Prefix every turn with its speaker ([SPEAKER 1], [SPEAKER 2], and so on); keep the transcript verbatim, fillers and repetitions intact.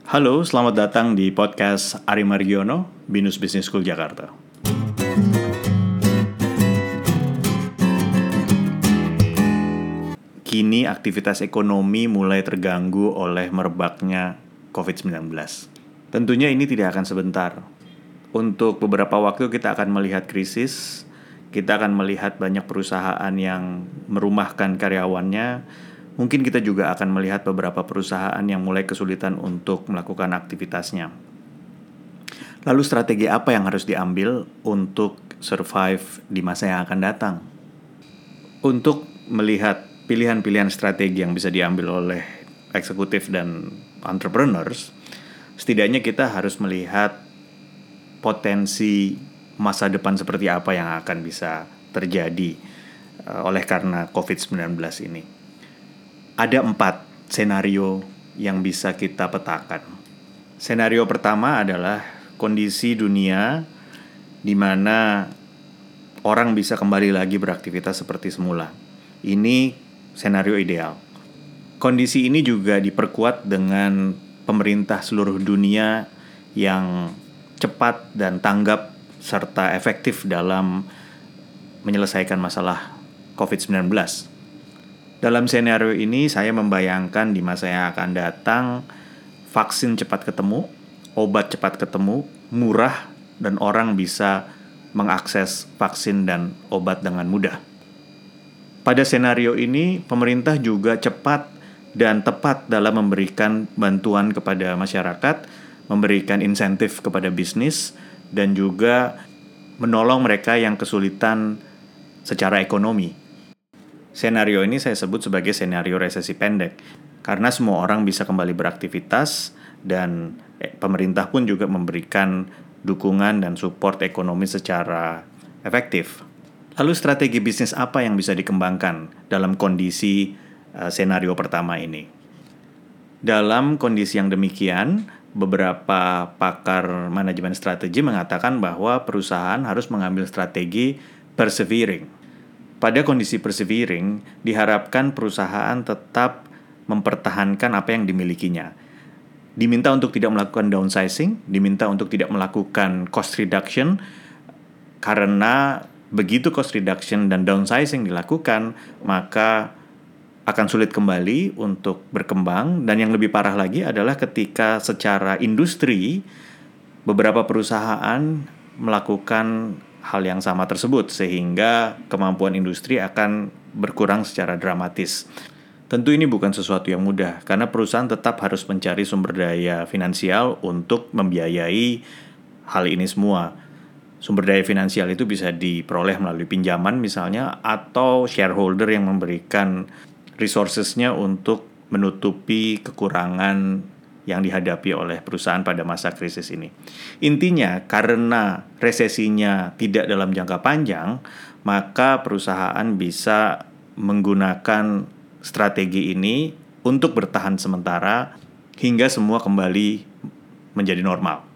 [SPEAKER 1] Halo, selamat datang di podcast Ari Margiono, Binus Business School Jakarta. Kini aktivitas ekonomi mulai terganggu oleh merebaknya covid sembilan belas. Tentunya ini tidak akan sebentar. Untuk beberapa waktu kita akan melihat krisis, kita akan melihat banyak perusahaan yang merumahkan karyawannya. Mungkin kita juga akan melihat beberapa perusahaan yang mulai kesulitan untuk melakukan aktivitasnya. Lalu strategi apa yang harus diambil untuk survive di masa yang akan datang? Untuk melihat pilihan-pilihan strategi yang bisa diambil oleh eksekutif dan entrepreneurs, setidaknya kita harus melihat potensi masa depan seperti apa yang akan bisa terjadi uh, oleh karena covid sembilan belas ini. Ada empat senario yang bisa kita petakan. Senario pertama adalah kondisi dunia di mana orang bisa kembali lagi beraktivitas seperti semula. Ini senario ideal. Kondisi ini juga diperkuat dengan pemerintah seluruh dunia yang cepat dan tanggap serta efektif dalam menyelesaikan masalah covid sembilan belas. Dalam senario ini saya membayangkan di masa yang akan datang vaksin cepat ketemu, obat cepat ketemu, murah, dan orang bisa mengakses vaksin dan obat dengan mudah. Pada senario ini pemerintah juga cepat dan tepat dalam memberikan bantuan kepada masyarakat, memberikan insentif kepada bisnis, dan juga menolong mereka yang kesulitan secara ekonomi. Senario ini saya sebut sebagai senario resesi pendek, karena semua orang bisa kembali beraktivitas dan eh, pemerintah pun juga memberikan dukungan dan support ekonomi secara efektif. Lalu strategi bisnis apa yang bisa dikembangkan dalam kondisi uh, senario pertama ini? Dalam kondisi yang demikian, beberapa pakar manajemen strategi mengatakan bahwa perusahaan harus mengambil strategi persevering. Pada kondisi persevering, diharapkan perusahaan tetap mempertahankan apa yang dimilikinya. Diminta untuk tidak melakukan downsizing, diminta untuk tidak melakukan cost reduction, karena begitu cost reduction dan downsizing dilakukan, maka akan sulit kembali untuk berkembang. Dan yang lebih parah lagi adalah ketika secara industri, beberapa perusahaan melakukan hal yang sama tersebut, sehingga kemampuan industri akan berkurang secara dramatis. Tentu ini bukan sesuatu yang mudah, karena perusahaan tetap harus mencari sumber daya finansial untuk membiayai hal ini semua. Sumber daya finansial itu bisa diperoleh melalui pinjaman misalnya, atau shareholder yang memberikan resources-nya untuk menutupi kekurangan yang dihadapi oleh perusahaan pada masa krisis ini. Intinya, karena resesinya tidak dalam jangka panjang, maka perusahaan bisa menggunakan strategi ini untuk bertahan sementara hingga semua kembali menjadi normal.